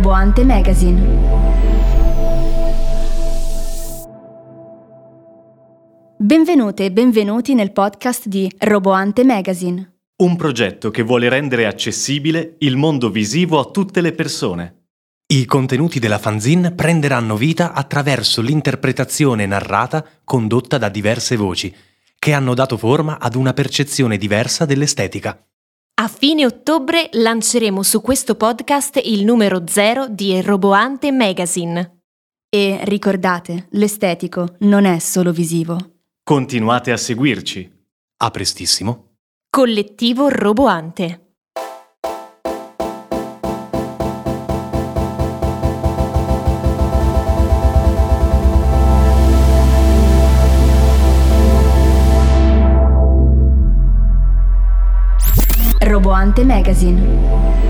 Roboante Magazine. Benvenute e benvenuti nel podcast di Roboante Magazine. Un progetto che vuole rendere accessibile il mondo visivo a tutte le persone. I contenuti della fanzine prenderanno vita attraverso l'interpretazione narrata condotta da diverse voci, che hanno dato forma ad una percezione diversa dell'estetica. A fine ottobre lanceremo su questo podcast il numero 0 di Roboante Magazine. E ricordate, l'estetico non è solo visivo. Continuate a seguirci. A prestissimo. Collettivo Roboante. Roboante Magazine.